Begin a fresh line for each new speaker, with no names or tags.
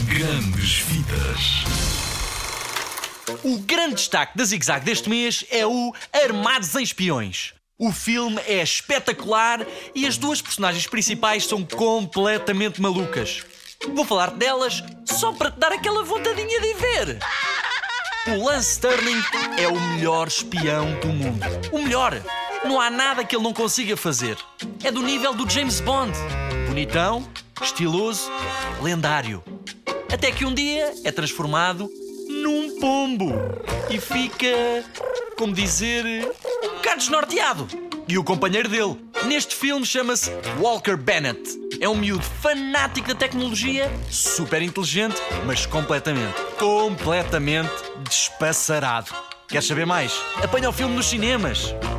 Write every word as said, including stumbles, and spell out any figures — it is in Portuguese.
Grandes Vidas.
O grande destaque da Zig Zag deste mês é o Armados em Espiões. O filme é espetacular e as duas personagens principais são completamente malucas. Vou falar delas só para te dar aquela vontadinha de ver. O Lance Sterling é o melhor espião do mundo. O melhor. Não há nada que ele não consiga fazer. É do nível do James Bond. Bonitão, estiloso, lendário. Até que um dia é transformado num pombo. E fica, como dizer, um bocado desnorteado. E o companheiro dele, neste filme, chama-se Walker Bennett. É um miúdo fanático da tecnologia, super inteligente, mas completamente, completamente despassarado. Queres saber mais? Apanha o filme nos cinemas.